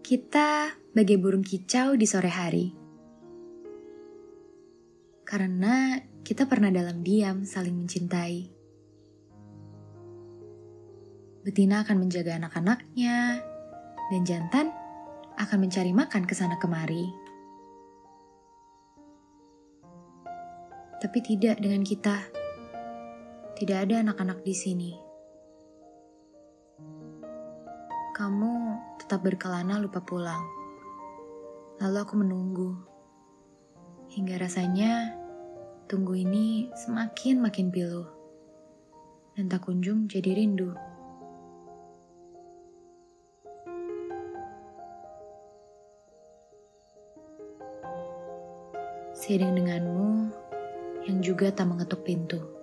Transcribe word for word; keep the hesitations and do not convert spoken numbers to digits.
Kita bagai burung kicau di sore hari. Karena kita pernah dalam diam saling mencintai. Betina akan menjaga anak-anaknya, dan jantan akan mencari makan ke sana kemari. Tapi tidak dengan kita. Tidak ada anak-anak di sini. Kamu tetap berkelana lupa pulang. Lalu aku menunggu. Hingga rasanya tunggu ini semakin makin pilu. Dan tak kunjung jadi rindu. Seiring denganmu yang juga tak mengetuk pintu.